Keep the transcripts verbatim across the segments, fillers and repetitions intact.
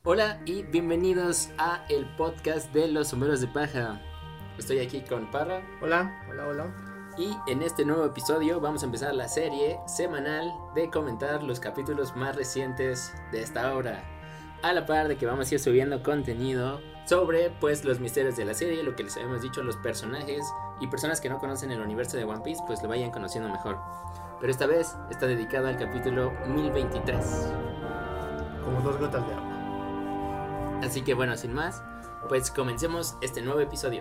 Hola y bienvenidos a el podcast de los sombreros de paja. Estoy aquí con Parra. Hola, hola, hola. Y en este nuevo episodio vamos a empezar la serie semanal de comentar los capítulos más recientes de esta obra, a la par de que vamos a ir subiendo contenido sobre pues los misterios de la serie, lo que les habíamos dicho, los personajes y personas que no conocen el universo de One Piece pues lo vayan conociendo mejor. Pero esta vez está dedicado al capítulo mil veintitrés. Como dos gotas de agua. Así que bueno, sin más, pues comencemos este nuevo episodio.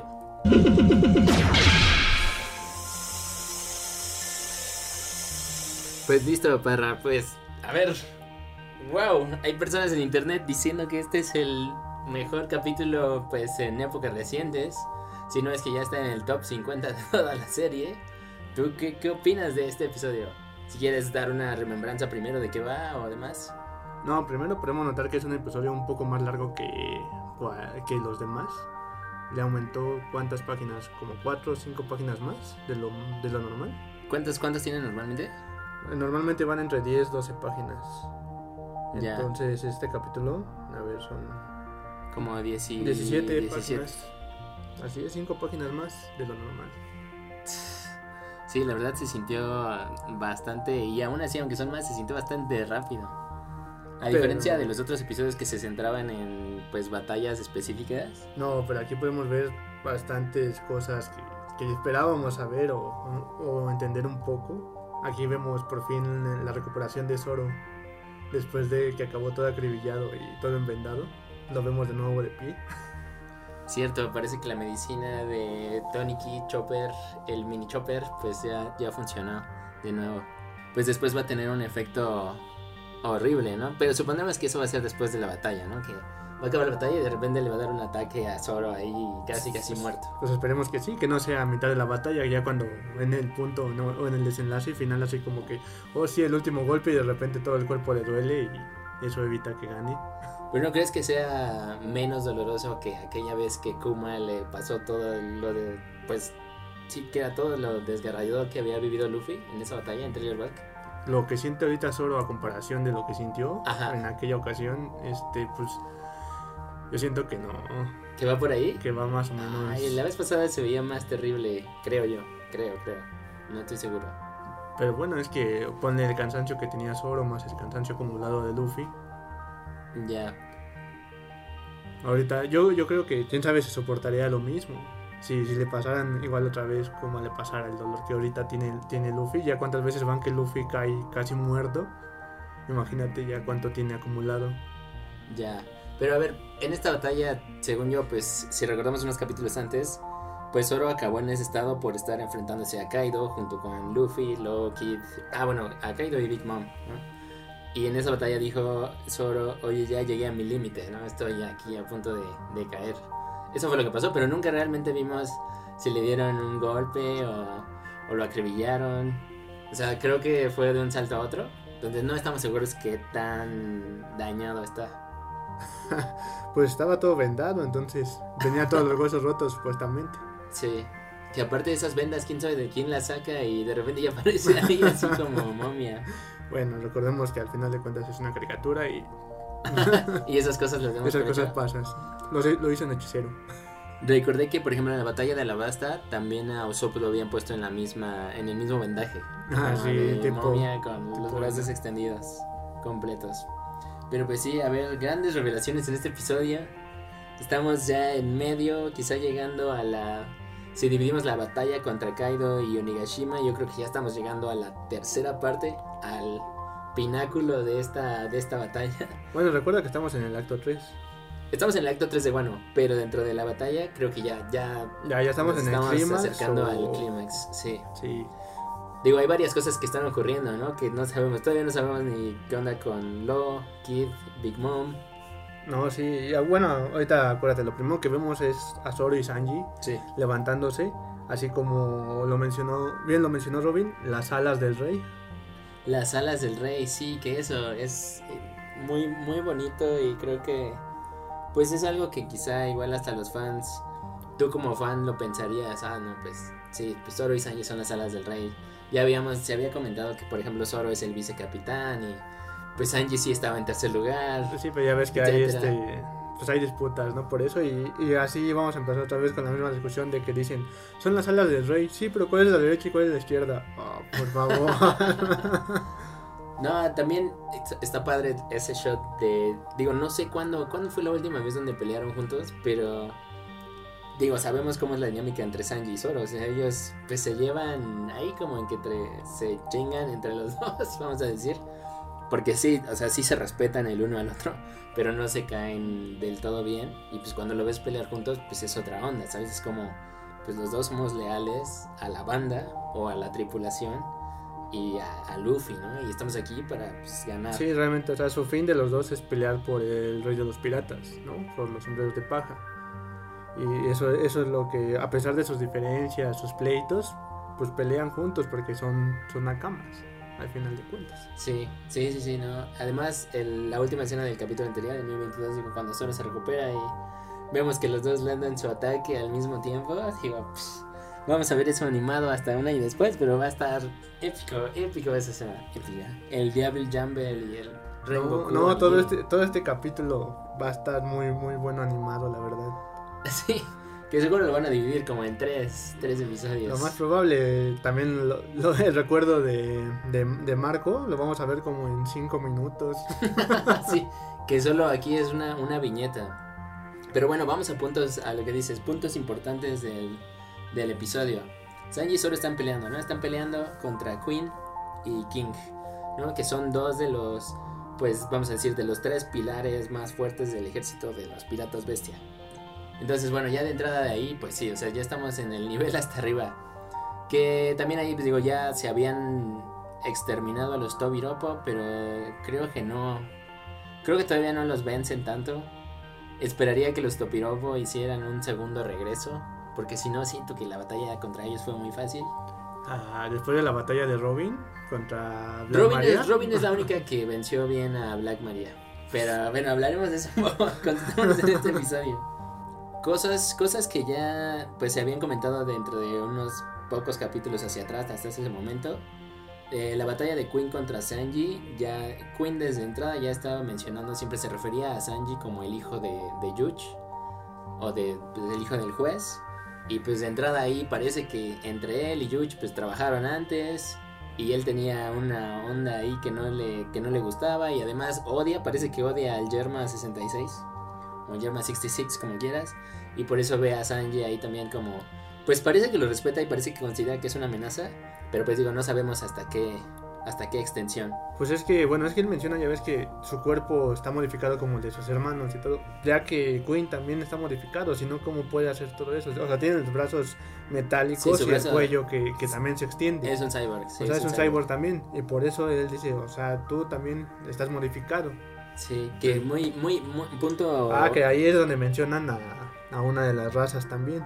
Pues listo, Parra, pues a ver. Wow, hay personas en internet diciendo que este es el mejor capítulo pues en épocas recientes, si no es que ya está en el top cincuenta de toda la serie. ¿Tú qué, qué opinas de este episodio? Si quieres dar una remembranza primero de qué va o demás. No, primero podemos notar que es un episodio un poco más largo que, que los demás. Le aumentó ¿cuántas páginas? Como cuatro o cinco páginas más de lo, de lo normal. ¿Cuántas, cuántas tienen normalmente? Normalmente van entre diez, doce páginas. Ya. Entonces este capítulo, a ver, son como diecisiete, diecisiete, diecisiete páginas. Así es, cinco páginas más de lo normal. Sí, la verdad se sintió bastante, y aún así, aunque son más, se sintió bastante rápido. A pero, diferencia de los otros episodios que se centraban en pues batallas específicas. No, pero aquí podemos ver bastantes cosas que, que esperábamos saber o, o entender un poco. Aquí vemos por fin la recuperación de Zoro después de que acabó todo acribillado y todo envendado. Lo vemos de nuevo de pie. Cierto, parece que la medicina de Toniki Chopper, el mini Chopper, pues ya, ya funcionó de nuevo. Pues después va a tener un efecto horrible, ¿no? Pero suponemos que eso va a ser después de la batalla, ¿no? Que va a acabar la batalla y de repente le va a dar un ataque a Zoro ahí casi casi pues, muerto. Pues esperemos que sí, que no sea a mitad de la batalla, ya cuando en el punto no, o en el desenlace final así como que, oh sí, el último golpe y de repente todo el cuerpo le duele y eso evita que gane. ¿Pero no crees que sea menos doloroso que aquella vez que Kuma le pasó todo lo de, pues, sí, que era todo lo desgarrador que había vivido Luffy en esa batalla en Thriller Bark? Lo que siente ahorita Zoro a comparación de lo que sintió Ajá. en aquella ocasión, este, pues, yo siento que no. ¿Que va por ahí? Que va más o menos. Ay, la vez pasada se veía más terrible, creo yo, creo, creo, no estoy seguro. Pero bueno, es que pone el cansancio que tenía Zoro más el cansancio acumulado de Luffy. Ya. Ahorita, yo, yo creo que quién sabe si soportaría lo mismo. Si, si le pasaran igual otra vez como le pasara el dolor que ahorita tiene, tiene Luffy. Ya cuántas veces van que Luffy cae casi muerto. Imagínate ya cuánto tiene acumulado. Ya. Pero a ver, en esta batalla, según yo, pues si recordamos unos capítulos antes, pues Zoro acabó en ese estado por estar enfrentándose a Kaido junto con Luffy, Law, Kid. Ah, bueno, a Kaido y Big Mom, ¿no? Y en esa batalla dijo Zoro, oye, ya llegué a mi límite, ¿no? Estoy aquí a punto de, de caer. Eso fue lo que pasó, pero nunca realmente vimos si le dieron un golpe o, o lo acribillaron. O sea, creo que fue de un salto a otro, donde no estamos seguros qué tan dañado está. Pues estaba todo vendado, entonces venía todos los huesos rotos supuestamente. Sí, que aparte de esas vendas, quién sabe de quién las saca y de repente ya aparece ahí así como momia. Bueno, recordemos que al final de cuentas es una caricatura y... y esas cosas las vemos. Esas cosas pasan. Lo, lo hizo en Hechicero. Recordé que por ejemplo en la batalla de Alabasta también a Usopp lo habían puesto en la misma, en el mismo vendaje. Ah, sí, de tipo, momia con tipo los brazos bueno. extendidos, completos. Pero pues sí, a ver, grandes revelaciones en este episodio. Estamos ya en medio, quizá llegando a la... Si dividimos la batalla contra Kaido y Onigashima, yo creo que ya estamos llegando a la tercera parte, al pináculo de esta, de esta batalla. Bueno, recuerda que estamos en el acto tres. Estamos en el acto tres de Wano, pero dentro de la batalla creo que ya ya, ya, ya estamos en el clímax. Estamos acercando o... al clímax, sí. Sí. Digo, hay varias cosas que están ocurriendo, ¿no? Que no sabemos, todavía no sabemos ni qué onda con Law, Kid, Big Mom. No, sí, bueno, ahorita acuérdate, lo primero que vemos es a Zoro y Sanji sí. levantándose, así como lo mencionó, bien lo mencionó Robin, las alas del rey. Las alas del rey, sí, que eso es muy, muy bonito y creo que pues es algo que quizá igual hasta los fans, tú como fan lo pensarías, ah, no, pues sí, pues Zoro y Sanji son las alas del rey. Ya habíamos, se había comentado que por ejemplo Zoro es el vicecapitán y pues Sanji sí estaba en tercer lugar. Sí, pero ya ves que hay etcétera. este... Pues hay disputas, ¿no? Por eso, y, y así vamos a empezar otra vez con la misma discusión de que dicen, son las alas del rey, sí, pero ¿cuál es la derecha y cuál es la izquierda? Oh, por favor. No, también está padre ese shot de... Digo, no sé cuándo, cuándo fue la última vez donde pelearon juntos, pero... Digo, sabemos cómo es la dinámica entre Sanji y Zoro. O sea, ellos pues se llevan ahí como en que entre, se chingan entre los dos, vamos a decir. Porque sí, o sea, sí se respetan el uno al otro, pero no se caen del todo bien. Y pues cuando lo ves pelear juntos, pues es otra onda, ¿sabes? Es como, pues los dos somos leales a la banda o a la tripulación y a, a Luffy, ¿no? Y estamos aquí para pues ganar. Sí, realmente, o sea, su fin de los dos es pelear por el rey de los piratas, ¿no? Por los sombreros de paja. Y eso, eso es lo que, a pesar de sus diferencias, sus pleitos, pues pelean juntos porque son, son nakamas, al final de cuentas. Sí, sí, sí, sí, no. Además, el, la última escena del capítulo anterior, el mil veintidós, digo, cuando Zoro se recupera y vemos que los dos lanzan su ataque al mismo tiempo, digo, pff, vamos a ver eso animado hasta un año después, pero va a estar épico, épico esa escena, épica. El Diablo Jumble y el Rainbow. No, no todo, este, todo este capítulo va a estar muy, muy bueno animado, la verdad. Sí, que seguro lo van a dividir como en tres, tres episodios. Lo más probable, también lo, lo el recuerdo de, de, de Marco, lo vamos a ver como en cinco minutos. Sí, que solo aquí es una, una viñeta. Pero bueno, vamos a puntos, a lo que dices, puntos importantes del, del episodio. Sanji y Zoro están peleando, ¿no? Están peleando contra Queen y King, ¿no? Que son dos de los, pues vamos a decir, de los tres pilares más fuertes del ejército de los piratas bestia. Entonces, bueno, ya de entrada de ahí, pues sí, o sea, ya estamos en el nivel hasta arriba. Que también ahí, pues digo, ya se habían exterminado a los Tobiropo, pero creo que no. Creo que todavía no los vencen tanto. Esperaría que los Tobiropo hicieran un segundo regreso, porque si no, siento que la batalla contra ellos fue muy fácil. Ah, después de la batalla de Robin contra Black Robin Maria. es, Robin es la única que venció bien a Black Maria. Pero bueno, hablaremos de eso continuamos en este episodio. Cosas, cosas que ya pues se habían comentado dentro de unos pocos capítulos hacia atrás, hasta ese momento. Eh, la batalla de Queen contra Sanji, ya Queen desde entrada ya estaba mencionando, siempre se refería a Sanji como el hijo de, de Yuch, o de, pues, el hijo del juez. Y pues de entrada ahí parece que entre él y Yuch pues trabajaron antes, y él tenía una onda ahí que no le, que no le gustaba, y además odia, parece que odia al Yerma sesenta y seis. O Yerma sesenta y seis, como quieras. Y por eso ve a Sanji ahí también como... Pues parece que lo respeta y parece que considera que es una amenaza. Pero pues digo, no sabemos hasta qué hasta qué extensión. Pues es que, bueno, es que él menciona, ya ves que su cuerpo está modificado como el de sus hermanos y todo. Ya que Queen también está modificado, si no, ¿cómo puede hacer todo eso? O sea, tiene los brazos metálicos, sí, y brazo, el cuello que, que también se extiende. Es un cyborg, sí. O sea, es, es un cyborg. cyborg también. Y por eso él dice, o sea, tú también estás modificado. Sí, que muy, muy, muy punto... Ah, que ahí es donde mencionan a, a una de las razas también.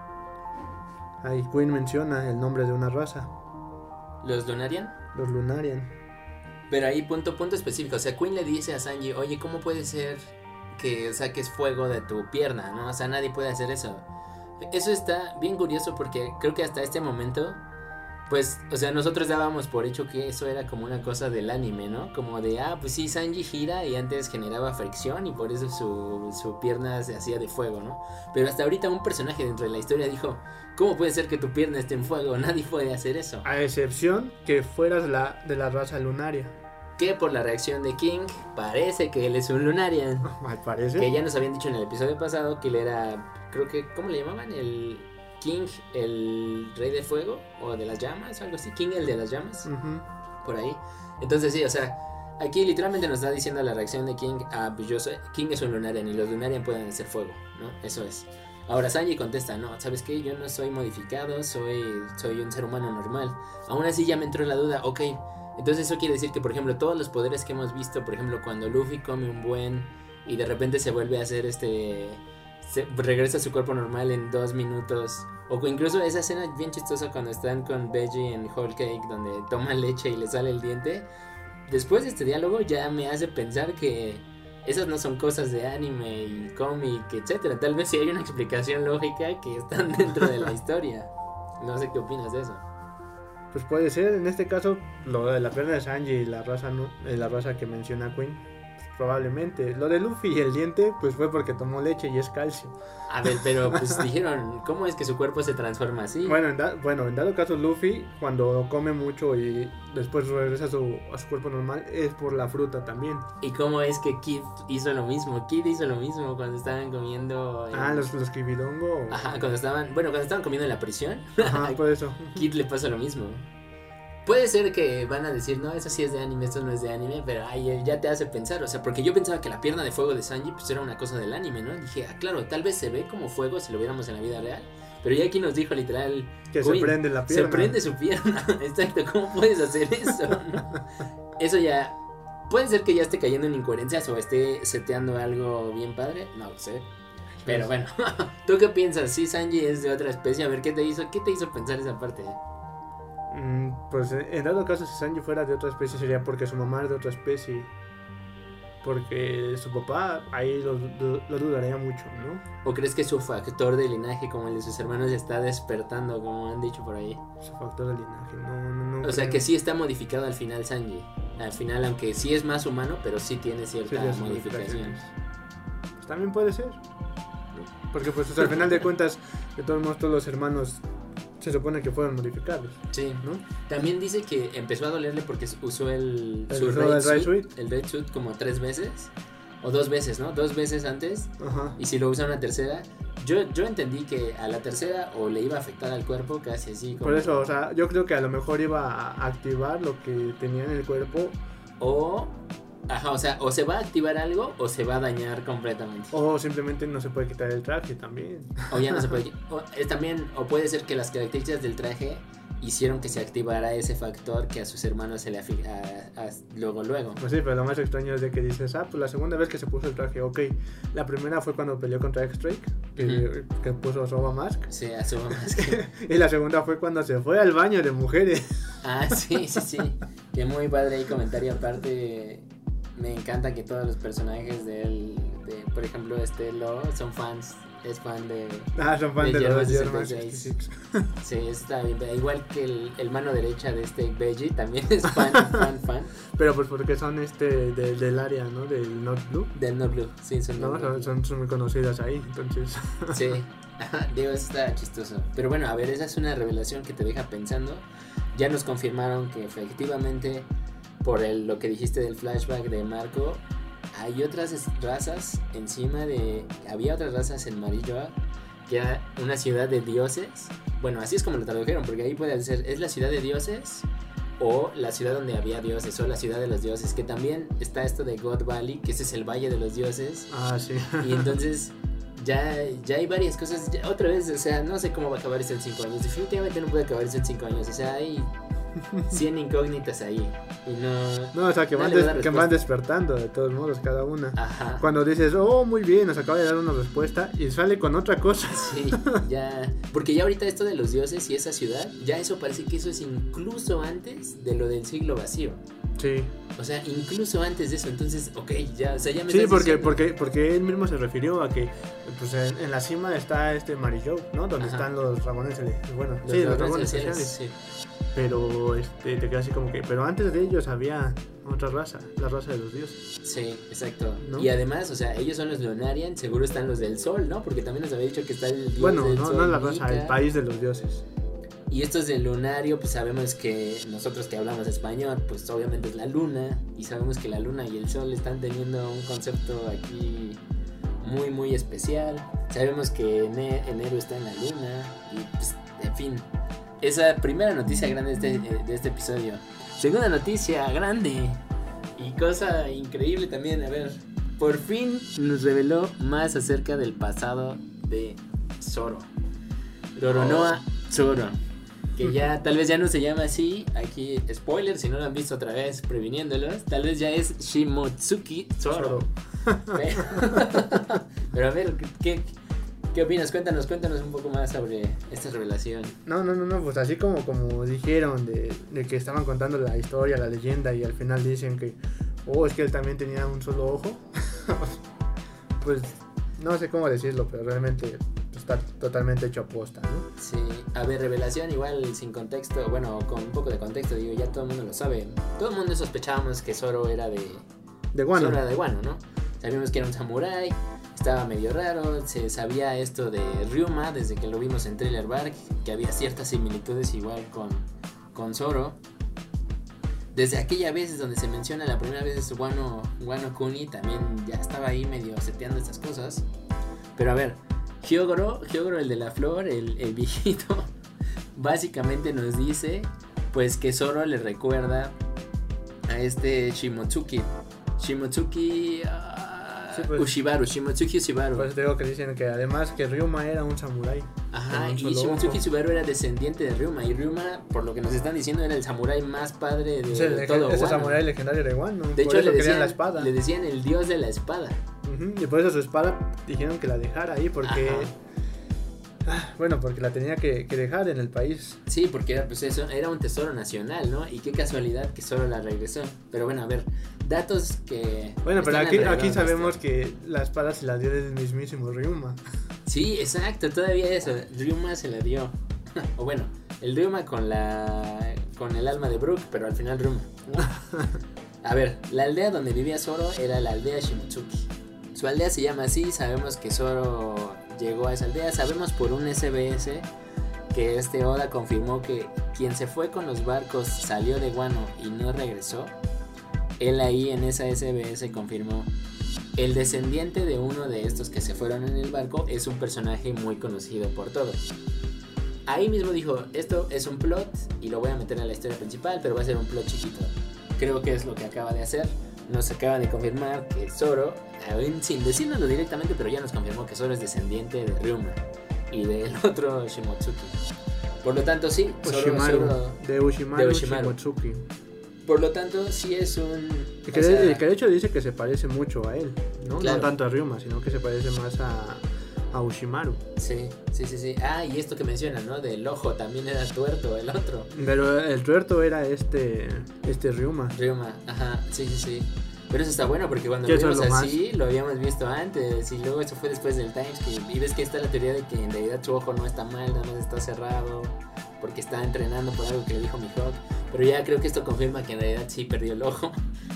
Ahí Queen menciona el nombre de una raza. ¿Los Lunarian? Los Lunarian. Pero ahí punto, punto específico, o sea, Queen le dice a Sanji, oye, ¿cómo puede ser que saques fuego de tu pierna, no? O sea, nadie puede hacer eso. Eso está bien curioso porque creo que hasta este momento... Pues, o sea, nosotros dábamos por hecho que eso era como una cosa del anime, ¿no? Como de, ah, pues sí, Sanji gira y antes generaba fricción y por eso su, su pierna se hacía de fuego, ¿no? Pero hasta ahorita un personaje dentro de la historia dijo, ¿cómo puede ser que tu pierna esté en fuego? Nadie puede hacer eso. A excepción que fueras la de la raza lunaria. Que por la reacción de King, parece que él es un Lunarian. Al parecer. Que ya nos habían dicho en el episodio pasado que él era, creo que, ¿cómo le llamaban? El... King, el rey de fuego o de las llamas o algo así. King, el de las llamas. Uh-huh. Por ahí. Entonces sí, o sea, aquí literalmente nos está diciendo la reacción de King. Ah, pues yo soy, King es un Lunarian y los Lunarian pueden hacer fuego, ¿no? Eso es. Ahora Sanji contesta, no, ¿sabes qué? Yo no soy modificado, soy, soy un ser humano normal. Aún así ya me entró la duda, ok. Entonces eso quiere decir que, por ejemplo, todos los poderes que hemos visto, por ejemplo, cuando Luffy come un buen y de repente se vuelve a hacer este... Se regresa a su cuerpo normal en dos minutos. O incluso esa escena bien chistosa cuando están con Veggie en Whole Cake, donde toman leche y le sale el diente. Después de este diálogo ya me hace pensar que esas no son cosas de anime y cómic, etcétera. Tal vez sí hay una explicación lógica que están dentro de la historia. No sé qué opinas de eso. pues puede ser, en este caso, lo de la pierna de Sanji y la raza, no, eh, la raza que menciona Queen, pues probablemente. Lo de Luffy y el diente, pues fue porque tomó leche y es calcio. A ver, pero pues dijeron, ¿cómo es que su cuerpo se transforma así? Bueno, en, da, bueno, en dado caso Luffy, cuando come mucho y después regresa a su, a su cuerpo normal, es por la fruta también. ¿Y cómo es que Kid hizo lo mismo? Kid hizo lo mismo cuando estaban comiendo... En... Ah, los, los Kibidongo. Ajá, cuando estaban... Bueno, cuando estaban comiendo en la prisión. Ajá, por eso. Kid le pasa lo mismo. Puede ser que van a decir, no, eso sí es de anime, esto no es de anime, pero ay, ya te hace pensar, o sea, porque yo pensaba que la pierna de fuego de Sanji pues era una cosa del anime, ¿no? Dije, ah, claro, tal vez se ve como fuego si lo viéramos en la vida real, pero ya aquí nos dijo literal... Que se prende la pierna. Se prende su pierna, exacto, ¿cómo puedes hacer eso? Eso ya... Puede ser que ya esté cayendo en incoherencias o esté seteando algo bien padre, no lo sé. Pero bueno, ¿tú qué piensas? Si Sanji es de otra especie, a ver, ¿qué te hizo, qué te hizo pensar esa parte? Mm, pues en dado caso si Sanji fuera de otra especie sería porque su mamá es de otra especie. Porque su papá ahí lo, lo, lo dudaría mucho, ¿no? ¿O crees que su factor de linaje como el de sus hermanos está despertando, como han dicho por ahí? Su factor de linaje, no, no, no. O creo. sea que sí está modificado al final Sanji. Al final, aunque sí es más humano, pero sí tiene cierta Sí, modificación. Pues también puede ser, ¿no? Porque pues o sea, al final de cuentas, de todos modos todos los hermanos se supone que fueron modificados. Sí, ¿no? También dice que empezó a dolerle porque usó el, el, su raid suit, suit. el raid suit como tres veces. O dos veces, ¿no? Dos veces antes. Ajá. Y si lo usa una tercera, yo, yo entendí que a la tercera o le iba a afectar al cuerpo casi así. Como... Por eso, o sea, yo creo que a lo mejor iba a activar lo que tenía en el cuerpo. O... Ajá, o sea, o se va a activar algo o se va a dañar completamente. O simplemente no se puede quitar el traje también. O ya no se puede. O, es también, o puede ser que las características del traje hicieron que se activara ese factor que a sus hermanos se le afecta luego, luego. Pues sí, pero lo más extraño es de que dices, ah, pues la segunda vez que se puso el traje, ok. La primera fue cuando peleó contra X-Drake, que, uh-huh. que puso Soba Mask. Sí, a Soba Mask. Y la segunda fue cuando se fue al baño de mujeres. Ah, sí, sí, sí. Qué muy padre ahí comentario. Aparte, me encanta que todos los personajes de él, de, por ejemplo, este Lo, son fans. Es fan de... Ah, son fan de, de los German sesenta y seis. Sí, está bien. Igual que el, el mano derecha de este Veggie también es fan, fan, fan. Pero pues porque son este de, del área, ¿no? Del Not Blue. Del Not Blue, sí, son no, son, son, son muy conocidas ahí, entonces... Sí, digo, eso está chistoso. Pero bueno, a ver, esa es una revelación que te deja pensando. Ya nos confirmaron que efectivamente, por el, lo que dijiste del flashback de Marco, hay otras razas encima de... Había otras razas en Marilloa, que era una ciudad de dioses. Bueno, así es como lo tradujeron, porque ahí puede ser, ¿es la ciudad de dioses? O la ciudad donde había dioses, o la ciudad de los dioses, que también está esto de God Valley, que ese es el valle de los dioses. Ah, sí. Y entonces ya, ya hay varias cosas, ya, otra vez, o sea, no sé cómo va a acabar esto en cinco años. Definitivamente no puede acabar esto en cinco años, o sea, hay cien incógnitas ahí. Y no... No, o sea, que van, des, que van despertando de todos modos cada una. Ajá. Cuando dices, oh, muy bien, nos acaba de dar una respuesta y sale con otra cosa. Sí, ya. Porque ya ahorita esto de los dioses y esa ciudad, ya eso parece que eso es incluso antes de lo del siglo vacío. Sí. O sea, incluso antes de eso, entonces, ok, ya, o sea, ya me Sí, estás porque, diciendo. porque, porque él mismo se refirió a que pues en, en la cima está este Marilloa, ¿no? Donde Ajá. están los dragones celestiales. Bueno, los sí, dragones los dragones celestiales, celestiales. Sí. Pero este, te queda así como que, pero antes de ellos había otra raza, la raza de los dioses. Sí, exacto, ¿no? Y ¿No? además, o sea, ellos son los Leonarian, seguro están los del sol, ¿no? Porque también nos había dicho que está el dios bueno, del no, sol, no la Nika. raza, el país de los dioses. Y estos del lunario, pues sabemos que nosotros que hablamos español, pues obviamente es la luna. Y sabemos que la luna y el sol están teniendo un concepto aquí muy, muy especial. Sabemos que Enero está en la luna. Y pues, en fin, esa primera noticia grande de este, de este episodio. Segunda noticia grande y cosa increíble también, a ver, por fin nos reveló más acerca del pasado de Zoro. Roronoa Zoro, que ya tal vez ya no se llama así. Aquí spoiler, si no lo han visto otra vez, previniéndolos, tal vez ya es Shimotsuki Zoro. Pero, pero a ver, ¿qué, ¿qué opinas? Cuéntanos, cuéntanos un poco más sobre esta revelación. No, no, no, no, pues así como, como dijeron de, de que estaban contando la historia, la leyenda, y al final dicen que, oh, es que él también tenía un solo ojo. Pues no sé cómo decirlo, pero realmente está totalmente hecho a posta, ¿no? Sí, a ver, revelación igual sin contexto, bueno, con un poco de contexto, digo, ya todo el mundo lo sabe. Todo el mundo sospechábamos que Zoro era de... De Wano. Zoro era de Wano, ¿no? Sabíamos que era un samurái, estaba medio raro, se sabía esto de Ryuma desde que lo vimos en Thriller Bark, que había ciertas similitudes igual con, con Zoro. Desde aquella vez donde se menciona la primera vez Wano, Wano Kuni, también ya estaba ahí medio seteando estas cosas. Pero a ver, Hyogoro, Hyogoro el de la flor, el, el viejito, básicamente nos dice pues que Zoro le recuerda a este Shimotsuki. Shimotsuki uh, sí, pues, Ushibaru, Shimotsuki Ushibaru. Pues te digo que dicen que además que Ryuma era un samurái. Ajá, y Shimotsuki Ushibaru era descendiente de Ryuma. Y Ryuma, por lo que nos están diciendo, era el samurái más padre de, sí, de todo ese Wano. samurái legendario de Wano. De por hecho, eso le decían, la espada. le decían el dios de la espada. Uh-huh, y por eso su espada dijeron que la dejara ahí porque... Ah, bueno, porque la tenía que, que dejar en el país. Sí, porque era, pues eso, era un tesoro nacional, ¿no? Y qué casualidad que solo la regresó. Pero bueno, a ver, datos que... Bueno, pero aquí, aquí sabemos que la espada se la dio del mismísimo Ryuma. Sí, exacto, todavía eso, Ryuma se la dio. O bueno, el Ryuma con la con el alma de Brook, pero al final Ryuma, ¿no? A ver, la aldea donde vivía Zoro era la aldea Shimotsuki. Su aldea se llama así, sabemos que Zoro llegó a esa aldea, sabemos por un S B S que este Oda confirmó que quien se fue con los barcos salió de Wano y no regresó. Él ahí en esa S B S confirmó: el descendiente de uno de estos que se fueron en el barco es un personaje muy conocido por todos. Ahí mismo dijo, esto es un plot y lo voy a meter en la historia principal, pero va a ser un plot chiquito. Creo que es lo que acaba de hacer. Nos acaba de confirmar que Zoro, aún sin decírnoslo directamente, pero ya nos confirmó que Zoro es descendiente de Ryuma y del otro Shimotsuki. Por lo tanto, sí, Zoro, Ushimaru, Zoro, de Ushimaru, de Ushimaru. Shimotsuki. Por lo tanto, sí es un... Y que, o sea, de, que de hecho dice que se parece mucho a él, ¿no? Claro. No tanto a Ryuma, sino que se parece más a, a Ushimaru. Sí, sí, sí, sí. Ah, y esto que mencionan, ¿no? Del ojo, también era tuerto el otro. Pero el tuerto era este este Ryuma. Ryuma, ajá, sí, sí, sí. Pero eso está bueno porque cuando ¿Qué lo vimos lo así, más? lo habíamos visto antes. Y luego eso fue después del timeskip. Y ves que está la teoría de que en realidad su ojo no está mal, nada más está cerrado porque está entrenando por algo que le dijo Mihawk. Pero ya creo que esto confirma que en realidad sí perdió el ojo.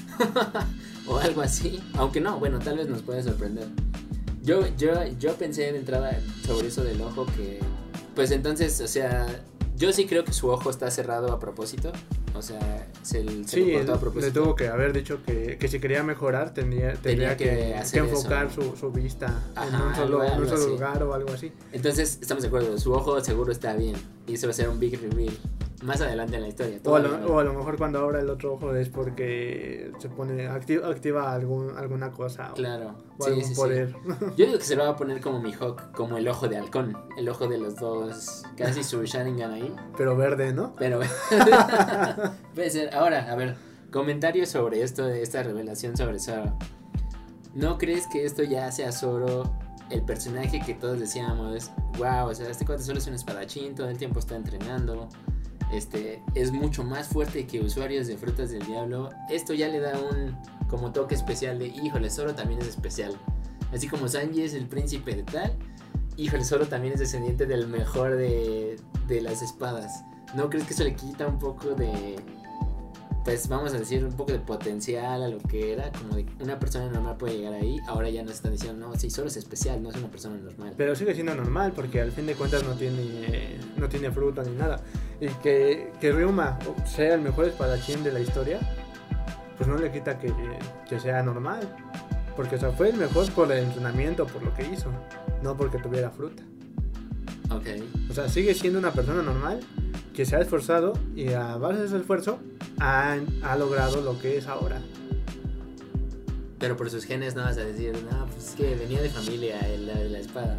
O algo así. Aunque no, bueno, tal vez nos puede sorprender. Yo, yo, yo pensé de entrada sobre eso del ojo que... Pues entonces, o sea... Yo sí creo que su ojo está cerrado a propósito. O sea, se, se Sí, lo cortó a le propósito. tuvo que haber dicho que, que si quería mejorar tendría, tendría Tenía que que, hacer que enfocar eso. su, su vista Ajá, en un solo, algo- en un algo solo así. lugar o algo así. Entonces, estamos de acuerdo. Su ojo seguro está bien. Y eso va a ser un big reveal. Más adelante en la historia. O a, todavía lo, no. o a lo mejor cuando abra el otro ojo es porque se pone activa, activa algún, alguna cosa o, Claro. o Sí, algún sí, sí. poder. Yo digo que se lo va a poner como Mihawk, como el ojo de halcón. El ojo de los dos. Casi su Sharingan ahí. Pero verde, ¿no? Pero puede ser. Ahora, a ver, comentarios sobre esto, de esta revelación sobre Zoro. ¿No crees que esto ya sea Zoro, el personaje que todos decíamos, wow, o sea, este cuate solo es un espadachín, todo el tiempo está entrenando, este, es mucho más fuerte que usuarios de frutas del diablo? Esto ya le da un como toque especial de, híjole, Zoro también es especial. Así como Sanji es el príncipe de tal, híjole, Zoro también es descendiente del mejor de, de las espadas. ¿No crees que eso le quita un poco de, pues vamos a decir, un poco de potencial a lo que era? Como de una persona normal puede llegar ahí. Ahora ya nos están diciendo, no, sí, Zoro es especial, no es una persona normal. Pero sigue siendo normal porque al fin de cuentas no tiene, no tiene fruta ni nada. Y que, que Ryuma sea el mejor espadachín de la historia, pues no le quita que, que sea normal. Porque o sea, fue el mejor por el entrenamiento, por lo que hizo, no porque tuviera fruta. Ok. O sea, sigue siendo una persona normal que se ha esforzado y a base de ese esfuerzo ha, ha logrado lo que es ahora. Pero por sus genes no vas a decir, no, pues es que venía de familia el, la de la espada.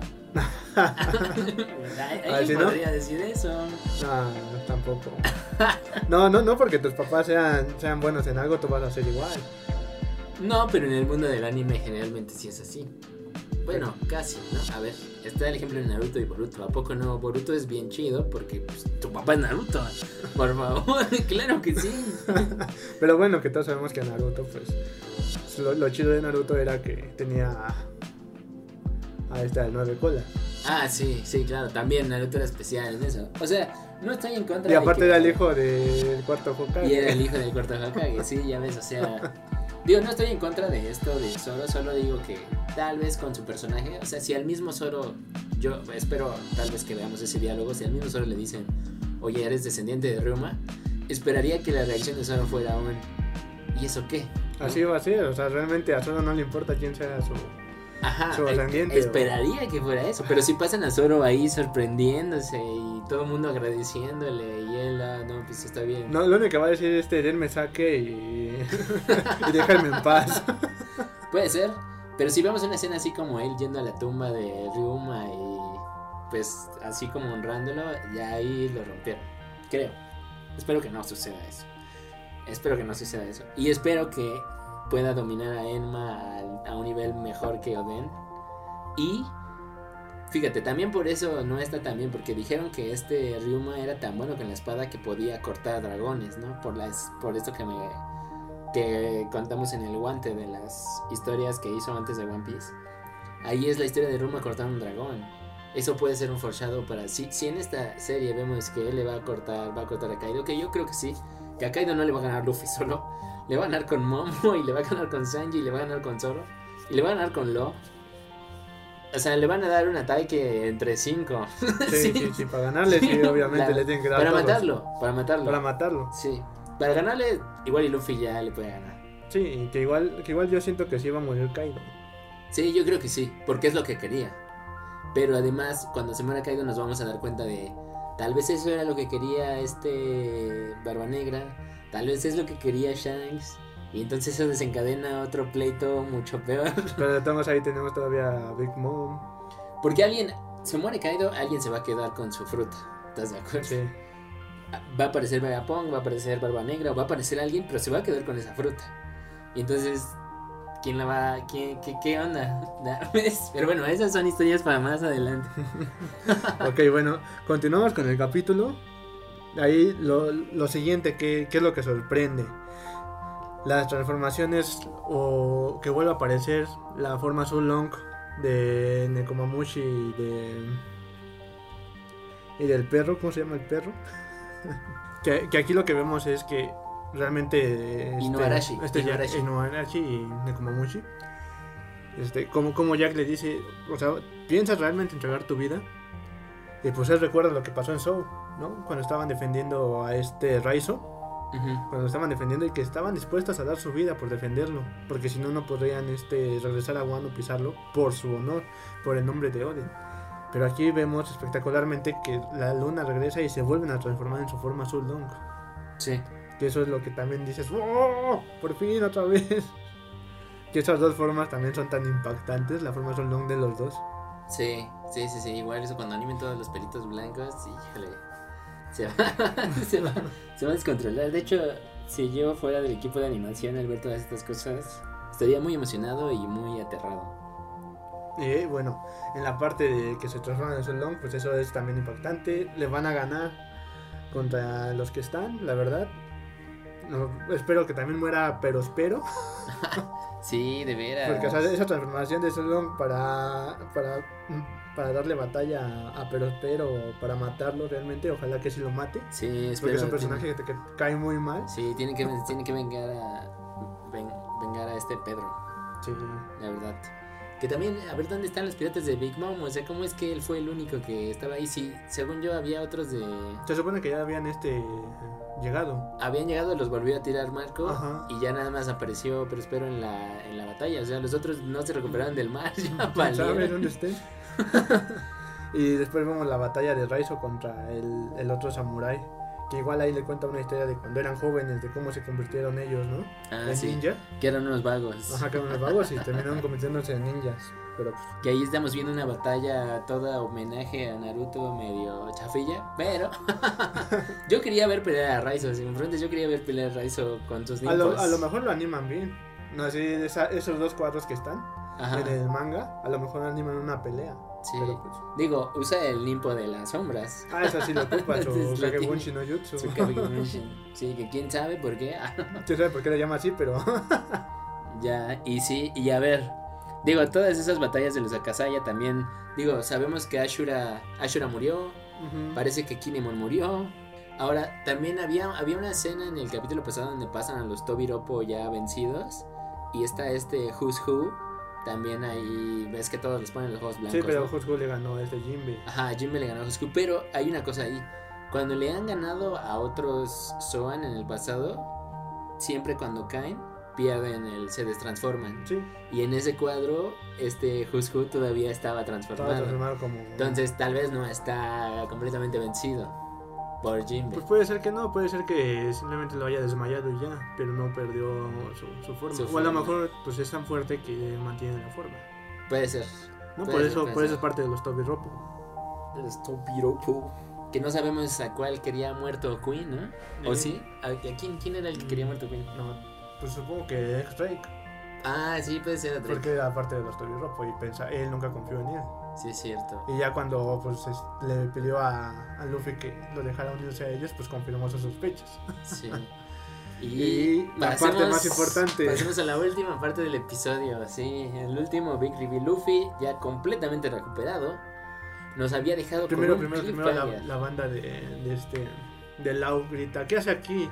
¿Alguien ¿sí, no? podría decir eso? No, tampoco. No, no, no porque tus papás sean, sean buenos en algo, tú vas a ser igual. No, pero en el mundo del anime generalmente sí es así. Bueno, casi, ¿no? A ver, está el ejemplo de Naruto y Boruto. ¿A poco no? Boruto es bien chido porque pues, tu papá es Naruto. Por favor, claro que sí. Pero bueno, que todos sabemos que Naruto, pues lo, lo chido de Naruto era que tenía a, a esta de nueve colas. Ah, sí, sí, claro, también Naruto era especial en eso. O sea, no estoy en contra. Y aparte de que... era el hijo del cuarto Hokage. Y era el hijo del cuarto Hokage, sí, ya ves, o sea... Digo, no estoy en contra de esto de Zoro, solo digo que tal vez con su personaje, o sea, si al mismo Zoro, yo espero tal vez que veamos ese diálogo, si al mismo Zoro le dicen, oye, eres descendiente de Ryuma, esperaría que la reacción de Zoro fuera un, ¿y eso qué? ¿No? Así va a ser, o sea, realmente a Zoro no le importa quién sea su... Ajá, su descendiente, esperaría o... que fuera eso, pero si pasan a Zoro ahí sorprendiéndose y todo el mundo agradeciéndole y él, ah, no, pues está bien. No, lo único que va a decir es este, denme saque y, y déjame en paz. Puede ser, pero si vemos una escena así como él yendo a la tumba de Ryuma y pues así como honrándolo, ya ahí lo rompieron, creo. Espero que no suceda eso. Espero que no suceda eso. Y espero que pueda dominar a Enma a, a un nivel mejor que Oden. Y fíjate, también por eso no está tan bien, porque dijeron que este Ryuma era tan bueno con la espada que podía cortar dragones, ¿no? Por las, por esto que me que contamos en el guante de las historias que hizo antes de One Piece. Ahí es la historia de Ryuma cortando un dragón. Eso puede ser un foreshadow para si, si en esta serie vemos que él le va a cortar, va a cortar a Kaido, que yo creo que sí, que a Kaido no le va a ganar Luffy solo. Le va a ganar con Momo y le va a ganar con Sanji y le va a ganar con Zoro y le va a ganar con Law. O sea, le van a dar un ataque entre cinco. Sí, sí, sí, sí, para ganarle, sí, obviamente la, le tienen que dar para todos. matarlo, para matarlo. Para matarlo. Sí, para ganarle, igual y Luffy ya le puede ganar. Sí, que igual, que igual yo siento que sí va a morir Kaido. Sí, yo creo que sí, porque es lo que quería. Pero además, cuando se muera Kaido nos vamos a dar cuenta de, tal vez eso era lo que quería este Barba Negra. Tal vez es lo que quería Shanks. Y entonces eso desencadena otro pleito mucho peor. Pero estamos ahí, tenemos todavía a Big Mom. Porque alguien, se muere Kaido, alguien se va a quedar con su fruta. ¿Estás de acuerdo? Sí. Va a aparecer Vegapunk, va a aparecer Barba Negra, o va a aparecer alguien, pero se va a quedar con esa fruta. Y entonces, ¿quién la va? ¿Quién, qué, ¿Qué onda? Pero bueno, esas son historias para más adelante. Ok, bueno, continuamos con el capítulo. Ahí lo, lo siguiente, ¿qué, ¿qué es lo que sorprende? Las transformaciones o que vuelve a aparecer la forma azul long de Nekomamushi y de y del perro, ¿cómo se llama el perro? que, que aquí lo que vemos es que realmente este, Inuarashi, este Inuarashi. Inuarashi y Nekomamushi, este, como, como Jack le dice, o sea, ¿piensas realmente entregar tu vida? Y pues él recuerda lo que pasó en Zou, ¿no? Cuando estaban defendiendo a este Raizo, uh-huh. Cuando lo estaban defendiendo y que estaban dispuestas a dar su vida por defenderlo, porque si no, no podrían este, regresar a Wano, pisarlo por su honor, por el nombre de Oden. Pero aquí vemos espectacularmente que la luna regresa y se vuelven a transformar en su forma azul long. Sí. Que eso es lo que también dices, ¡oh! Por fin otra vez. Que esas dos formas también son tan impactantes, la forma azul long de los dos. Sí, sí, sí, sí, igual eso cuando animen todos los pelitos blancos, híjole, se va, se va, se va a descontrolar. De hecho, si yo fuera del equipo de animación al ver todas estas cosas, estaría muy emocionado y muy aterrado. Y bueno, en la parte de que se transforman en Azul Long, pues eso es también impactante. Le van a ganar contra los que están, la verdad. No, espero que también muera, pero espero. Sí, de veras. Porque o sea, esa transformación de Azul Long para, para, para darle batalla a, a Perospero, para matarlo realmente, ojalá que sí lo mate. Sí, espero. Porque es un personaje tiene... que, te, que cae muy mal. Sí, tiene que, tiene que vengar a ven, vengar a este Pedro. Sí. La verdad. Que también, a ver dónde están los piratas de Big Mom. O sea, ¿cómo es que él fue el único que estaba ahí? Sí, según yo había otros de... Se supone que ya habían este llegado. Habían llegado, los volvió a tirar Marco. Ajá. Y ya nada más apareció, pero espero en la, en la batalla. O sea, los otros no se recuperaron del mar. Ya ¿Sabes dónde estén? Y después vemos la batalla de Raizo contra el, el otro samurái. Que igual ahí le cuenta una historia de cuando eran jóvenes, de cómo se convirtieron ellos, ¿no? Ah, en sí. ninja. Que eran unos vagos. Ajá, que eran unos vagos y terminaron convirtiéndose en ninjas. Pero pues... que ahí estamos viendo una batalla toda homenaje a Naruto medio chafilla. Pero yo quería ver pelear a Raizo. Si me enfrentas, yo quería ver pelear a Raizo con sus niños. A lo, a lo mejor mejor lo animan bien. No, así esa, esos dos cuadros que están Ajá. en el manga, a lo mejor animan una pelea. Sí. Pero pues... Digo, usa el limpo de las sombras. Ah, eso sí lo ocupa, su Kagebunshi no Jutsu. Su Kagebunshi. Sí, que quién sabe por qué. Quién sabe por qué le llama así, pero... Ya, y sí, y a ver, Digo, todas esas batallas de los Akasaya también, digo, sabemos que Ashura, Ashura murió, uh-huh. Parece que Kinemon murió. Ahora, también había, había una escena en el capítulo pasado donde pasan a los Tobiropo ya vencidos. Y está este Who's Who. También ahí ves que todos les ponen los ojos blancos. Sí, pero ¿no? Who's Who le ganó a este Jinbe. Ajá, Jinbe le ganó a Who's Who. Pero hay una cosa ahí. Cuando le han ganado a otros Zoan en el pasado, siempre cuando caen, pierden el, se destransforman. Sí. Y en ese cuadro, este Who's Who todavía estaba transformado. Estaba transformado como... Entonces tal vez no está completamente vencido por Jinbe. Pues puede ser que no, puede ser que simplemente lo haya desmayado y ya, pero no perdió su, su forma. Su o a forma. Lo mejor pues es tan fuerte que mantiene la forma. Puede ser. No, puede por ser, eso, por ser. eso es parte de los Tobiropo. Los Tobiropo. Que no sabemos a cuál quería muerto Queen, ¿no? ¿O sí? ¿A, a quién, quién era el que quería muerto Queen? No, pues supongo que X-Drake. Ah, sí, puede ser Drake. Porque era parte de los Tobiropo y pensa, él nunca confió en él. Sí, es cierto. Y ya cuando pues es, le pidió a, a Luffy que lo dejara unirse a ellos, pues confirmó sus sospechas. Sí. Y, y la pasemos, parte más importante. Pasemos a la última parte del episodio. Sí, el último Big Reveal. Luffy, ya completamente recuperado, nos había dejado primero, con un primero, primero la, la banda de, de este de Lau grita, ¿qué hace aquí?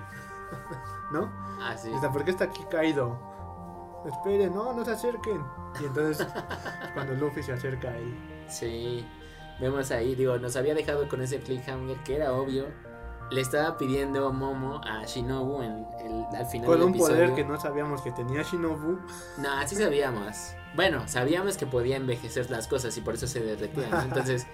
¿No? Ah, sí. Dice, ¿por qué está aquí Kaido? Esperen, no, no se acerquen. Y entonces cuando Luffy se acerca ahí. Sí, vemos ahí, digo, nos había dejado con ese cliffhanger que era obvio. Le estaba pidiendo Momo a Shinobu en el, al final con del un episodio. Poder que no sabíamos que tenía Shinobu. No, sí sabíamos. Bueno, sabíamos que podía envejecer las cosas y por eso se derretían, ¿no? Entonces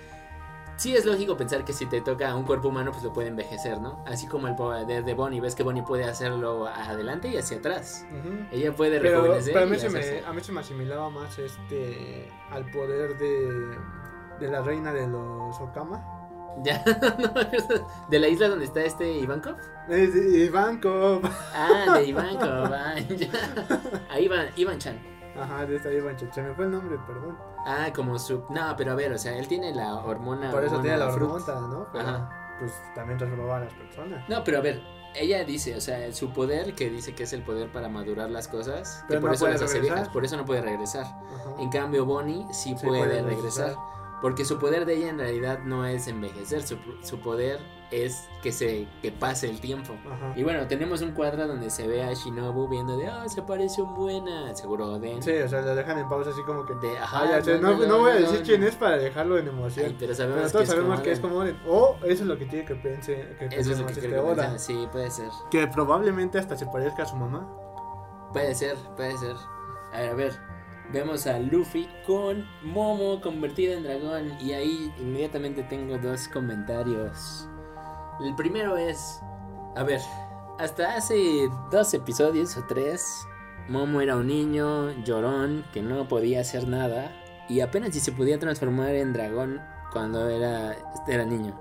sí es lógico pensar que si te toca a un cuerpo humano pues lo puede envejecer, ¿no? Así como el poder de Bonnie, ves que Bonnie puede hacerlo adelante y hacia atrás. Uh-huh. Ella puede pero, rejuvenecer. Pero a mí, se me, a mí se me asimilaba más este al poder de, de la reina de los Okama. Ya, no, de la isla donde está este Ivankov. Es de Ivankov. Ah, de Ivankov, ah, ya. Ahí va Ivan-chan. Ajá, de esta Ivan-chan, se me fue el nombre, perdón. Ah, como su... No, pero a ver, o sea, él tiene la hormona... Por eso hormona tiene la fruit. hormona, ¿no? Pero, ajá. Pues también transformaba a las personas. No, pero a ver, ella dice, o sea, su poder, que dice que es el poder para madurar las cosas, pero que por no eso las regresar. hace viejas, por eso no puede regresar. Ajá. En cambio, Bonnie sí, sí puede, puede regresar. regresar. Porque su poder de ella en realidad no es envejecer, su, su poder es que se que pase el tiempo. Ajá. Y bueno, tenemos un cuadro donde se ve a Shinobu viendo de, ah, oh, se parece un buena, seguro Oden. Sí, o sea, lo dejan en pausa así como que, de, ajá, ah, ya, no, no, no, no voy a decir no, quién es para dejarlo en emoción. Ay, pero sabemos pero todos que sabemos es que es como Oden. O eso es lo que tiene que pensar, que eso es lo que este Oda. Sí, puede ser. Que probablemente hasta se parezca a su mamá. Puede ser, puede ser. A ver, a ver. Vemos a Luffy con Momo convertido en dragón. Y ahí inmediatamente tengo dos comentarios. El primero es... A ver, hasta hace dos episodios o tres, Momo era un niño llorón que no podía hacer nada. Y apenas si se podía transformar en dragón cuando era, era niño.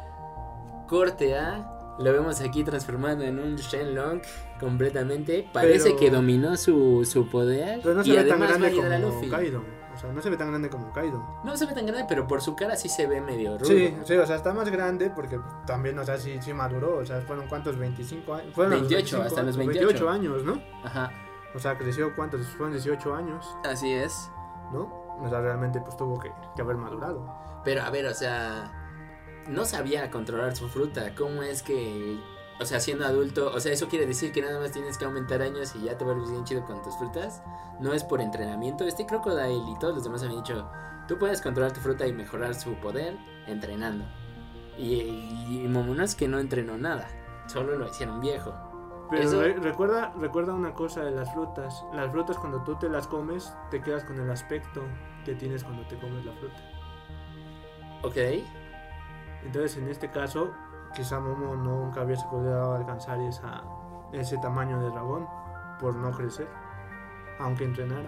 Corte A... Lo vemos aquí transformado en un Shenlong completamente. Parece pero, que dominó su, su poder. Pero no se y ve tan grande como Luffy. Kaido. O sea, no se ve tan grande como Kaido. No se ve tan grande, pero por su cara sí se ve medio rudo. Sí, sí, o sea, está más grande porque también, o sea, sí, sí maduró. O sea, fueron cuántos, veinticinco años. Fueron veintiocho, hasta los veintiocho. veintiocho años, ¿no? Ajá. O sea, creció cuántos, fueron dieciocho años. Así es. ¿No? O sea, realmente pues tuvo que, que haber madurado. Pero a ver, o sea... No sabía controlar su fruta. ¿Cómo es que, o sea, siendo adulto, o sea, eso quiere decir que nada más tienes que aumentar años y ya te vuelves bien chido con tus frutas? No es por entrenamiento. Este Crocodile y todos los demás han dicho, tú puedes controlar tu fruta y mejorar su poder entrenando. Y, y, y Momo no es que no entrenó nada, solo lo hicieron viejo. Pero eso... re- recuerda, recuerda una cosa de las frutas. Las frutas cuando tú te las comes, te quedas con el aspecto que tienes cuando te comes la fruta. Ok. Entonces, en este caso, quizá Momo nunca hubiese podido alcanzar esa, ese tamaño de dragón por no crecer, aunque entrenara.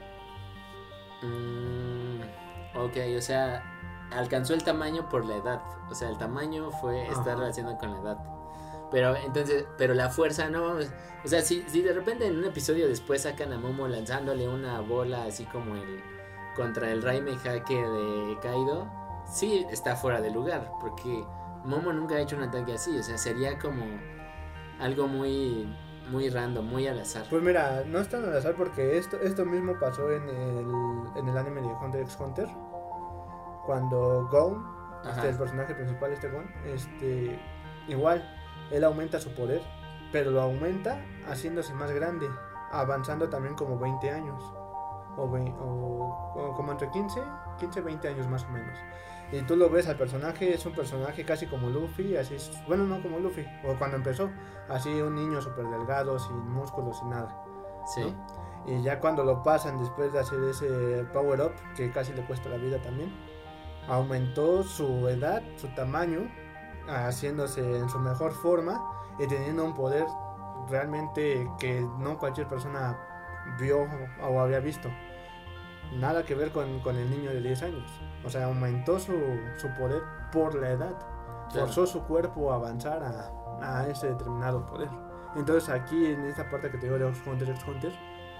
Mm, ok, o sea, alcanzó el tamaño por la edad. O sea, el tamaño fue estar relacionado con la edad. Pero entonces, pero la fuerza no vamos. O sea, si, si de repente en un episodio después sacan a Momo lanzándole una bola así como el contra el Raime Hake de Kaido, sí está fuera de lugar, porque Momo nunca ha hecho un ataque así. O sea, sería como algo muy muy random, muy al azar. Pues mira, no es tan al azar porque esto, esto mismo pasó en el, en el anime de Hunter x Hunter. Cuando Gon, este, el personaje principal, este Gon, este, igual, él aumenta su poder, pero lo aumenta haciéndose más grande, avanzando también como veinte años, o, ve, o, o como entre quince, veinte años más o menos. Y tú lo ves al personaje, es un personaje casi como Luffy, así, bueno, no como Luffy, o cuando empezó, así un niño súper delgado, sin músculos, sin nada. Sí. ¿No? Y ya cuando lo pasan después de hacer ese power up, que casi le cuesta la vida también, aumentó su edad, su tamaño, haciéndose en su mejor forma y teniendo un poder realmente que no cualquier persona vio o había visto. Nada que ver con, con el niño de diez años. O sea, aumentó su, su poder por la edad. Claro. Forzó su cuerpo a avanzar a, a ese determinado poder. Entonces aquí en esta parte que te digo de Hunter x Hunter,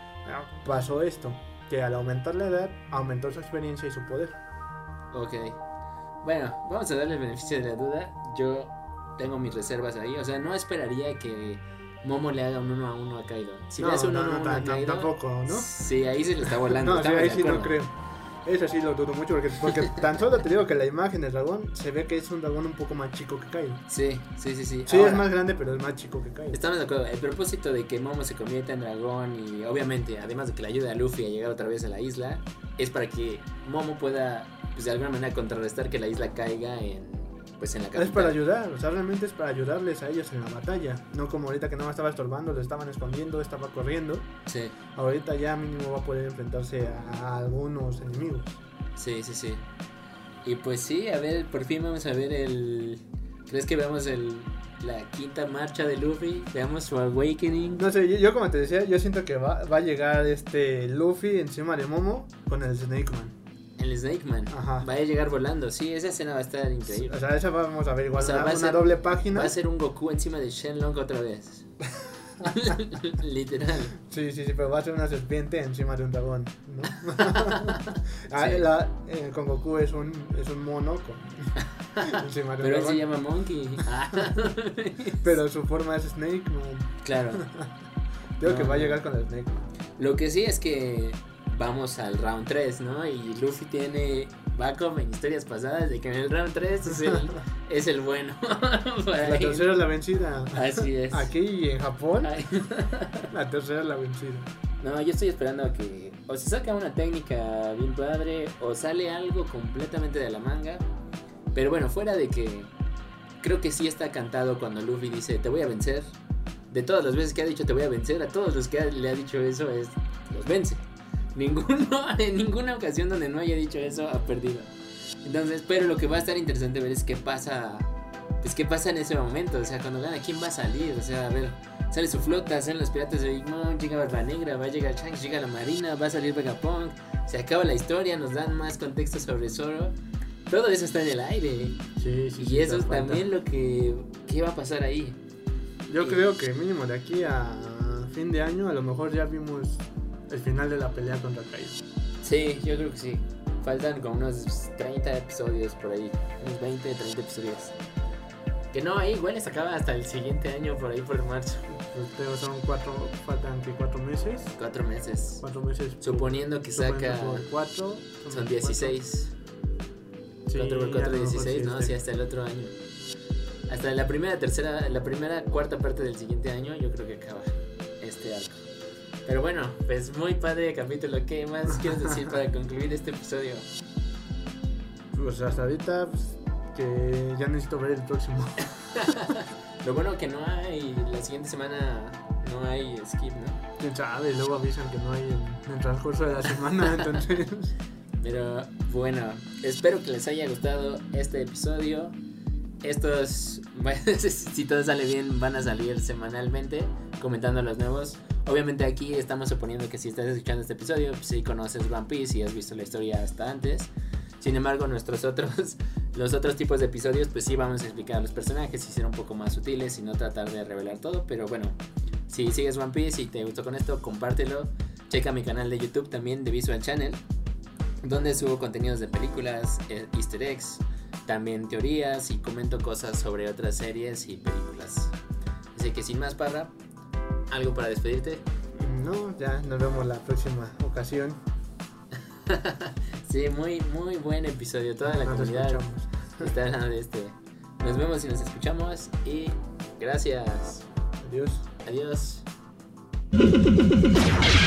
pasó esto, que al aumentar la edad, aumentó su experiencia y su poder. Ok. Bueno, vamos a darle el beneficio de la duda. Yo tengo mis reservas ahí. O sea, no esperaría que Momo le haga un uno a uno a Kaido. Si no, le hace un no, uno a no, uno a no, Kaido, tampoco, ¿no? Sí, ahí se le está volando. No, sí, ahí sí no creo. Eso sí lo dudo mucho porque, porque tan solo te digo que la imagen del dragón se ve que es un dragón un poco más chico que Kaido. Sí, sí, sí, sí. Sí, Ahora, es más grande, pero es más chico que Kaido. Estamos de acuerdo. El propósito de que Momo se convierta en dragón y obviamente, además de que le ayude a Luffy a llegar otra vez a la isla, es para que Momo pueda, pues de alguna manera, contrarrestar que la isla caiga en, pues en la capital. Es para ayudar, o sea, realmente es para ayudarles a ellos en la batalla. No como ahorita que no estaba estorbando, lo estaban escondiendo, estaba corriendo. Sí. Ahorita ya mínimo va a poder enfrentarse a, a algunos enemigos. Sí, sí, sí. Y pues sí, a ver, por fin vamos a ver el... ¿Crees que veamos el la quinta marcha de Luffy? ¿Veamos su awakening? No sé, yo, yo como te decía, yo siento que va, va a llegar este Luffy encima de Momo con el Snake Man. El Snake Man. Ajá. Va a llegar volando. Sí, esa escena va a estar increíble. O sea, esa vamos a ver igual, O sea, una, va a una ser- doble página. Va a ser un Goku encima de Shenlong otra vez. Literal. Sí, sí, sí, pero va a ser una serpiente encima de un dragón, ¿no? Ah, Sí. la, eh, con Goku es un, es un mono con, encima de un Pero él dragón. se llama Monkey. Ah. Pero su forma es Snake Man. Claro. Creo No, que va a no. llegar con el Snake Man. Lo que sí es que vamos al round tres, ¿no? Y Luffy tiene backup en historias pasadas de que en el round tres es el, es el bueno. Por La ahí. tercera es la vencida. Así es. Aquí en Japón, Ay. la tercera es la vencida. No, yo estoy esperando a que o se saca una técnica bien padre o sale algo completamente de la manga. Pero bueno, fuera de que creo que sí está cantado cuando Luffy dice te voy a vencer. De todas las veces que ha dicho te voy a vencer, a todos los que ha- le ha dicho eso es los vence. Ninguno, en ninguna ocasión donde no haya dicho eso ha perdido. Entonces, pero lo que va a estar interesante ver es qué pasa, pues qué pasa en ese momento. O sea, cuando gana, ¿quién va a salir? O sea, a ver, sale su flota, salen los piratas de Big Mom, llega Barba Negra, va a llegar Shanks, llega la Marina, va a salir Vegapunk, se acaba la historia, nos dan más contexto sobre Zoro. Todo eso está en el aire. Sí, sí, Y sí, eso te es das cuenta. también lo que, ¿qué va a pasar ahí? Yo creo que mínimo de aquí a fin de año a lo mejor ya vimos el final de la pelea contra Kaido. Sí, yo creo que sí. Faltan como unos treinta episodios por ahí. Unos veinte, treinta episodios. Que no, ahí igual les acaba hasta el siguiente año, por ahí por marzo. Pues, pero son cuatro, faltan que cuatro meses. Cuatro meses. Cuatro meses. Suponiendo que suponiendo saca... por cuatro, Son dieciséis. Sí, cuatro por a cuatro, lo mejor dieciséis, sí, ¿no? este. Sí, hasta el otro año. Hasta la primera, tercera, la primera, cuarta parte del siguiente año yo creo que acaba este arco. Pero bueno, pues muy padre el capítulo. ¿Qué más quieres decir para concluir este episodio? Pues hasta ahorita pues, que ya necesito ver el próximo. Lo bueno que no hay, la siguiente semana no hay skip, ¿no? Quién sabe, luego avisan que no hay en, en el transcurso de la semana, entonces. Pero bueno, espero que les haya gustado este episodio. Estos, si todo sale bien, van a salir semanalmente comentando los nuevos. Obviamente aquí estamos suponiendo que si estás escuchando este episodio, pues sí conoces One Piece y has visto la historia hasta antes. Sin embargo, nuestros otros, los otros tipos de episodios, pues sí vamos a explicar a los personajes y ser un poco más sutiles y no tratar de revelar todo. Pero bueno, si sigues One Piece y te gustó con esto, compártelo. Checa mi canal de YouTube también de Visual Channel, donde subo contenidos de películas, eh, easter eggs, también teorías y comento cosas sobre otras series y películas. Así que sin más, parra, ¿Algo para despedirte? No, ya nos vemos la próxima ocasión. Sí, muy, muy buen episodio. Toda la Nos comunidad escuchamos. está hablando de este. Nos vemos y nos escuchamos. Y gracias. Adiós. Adiós.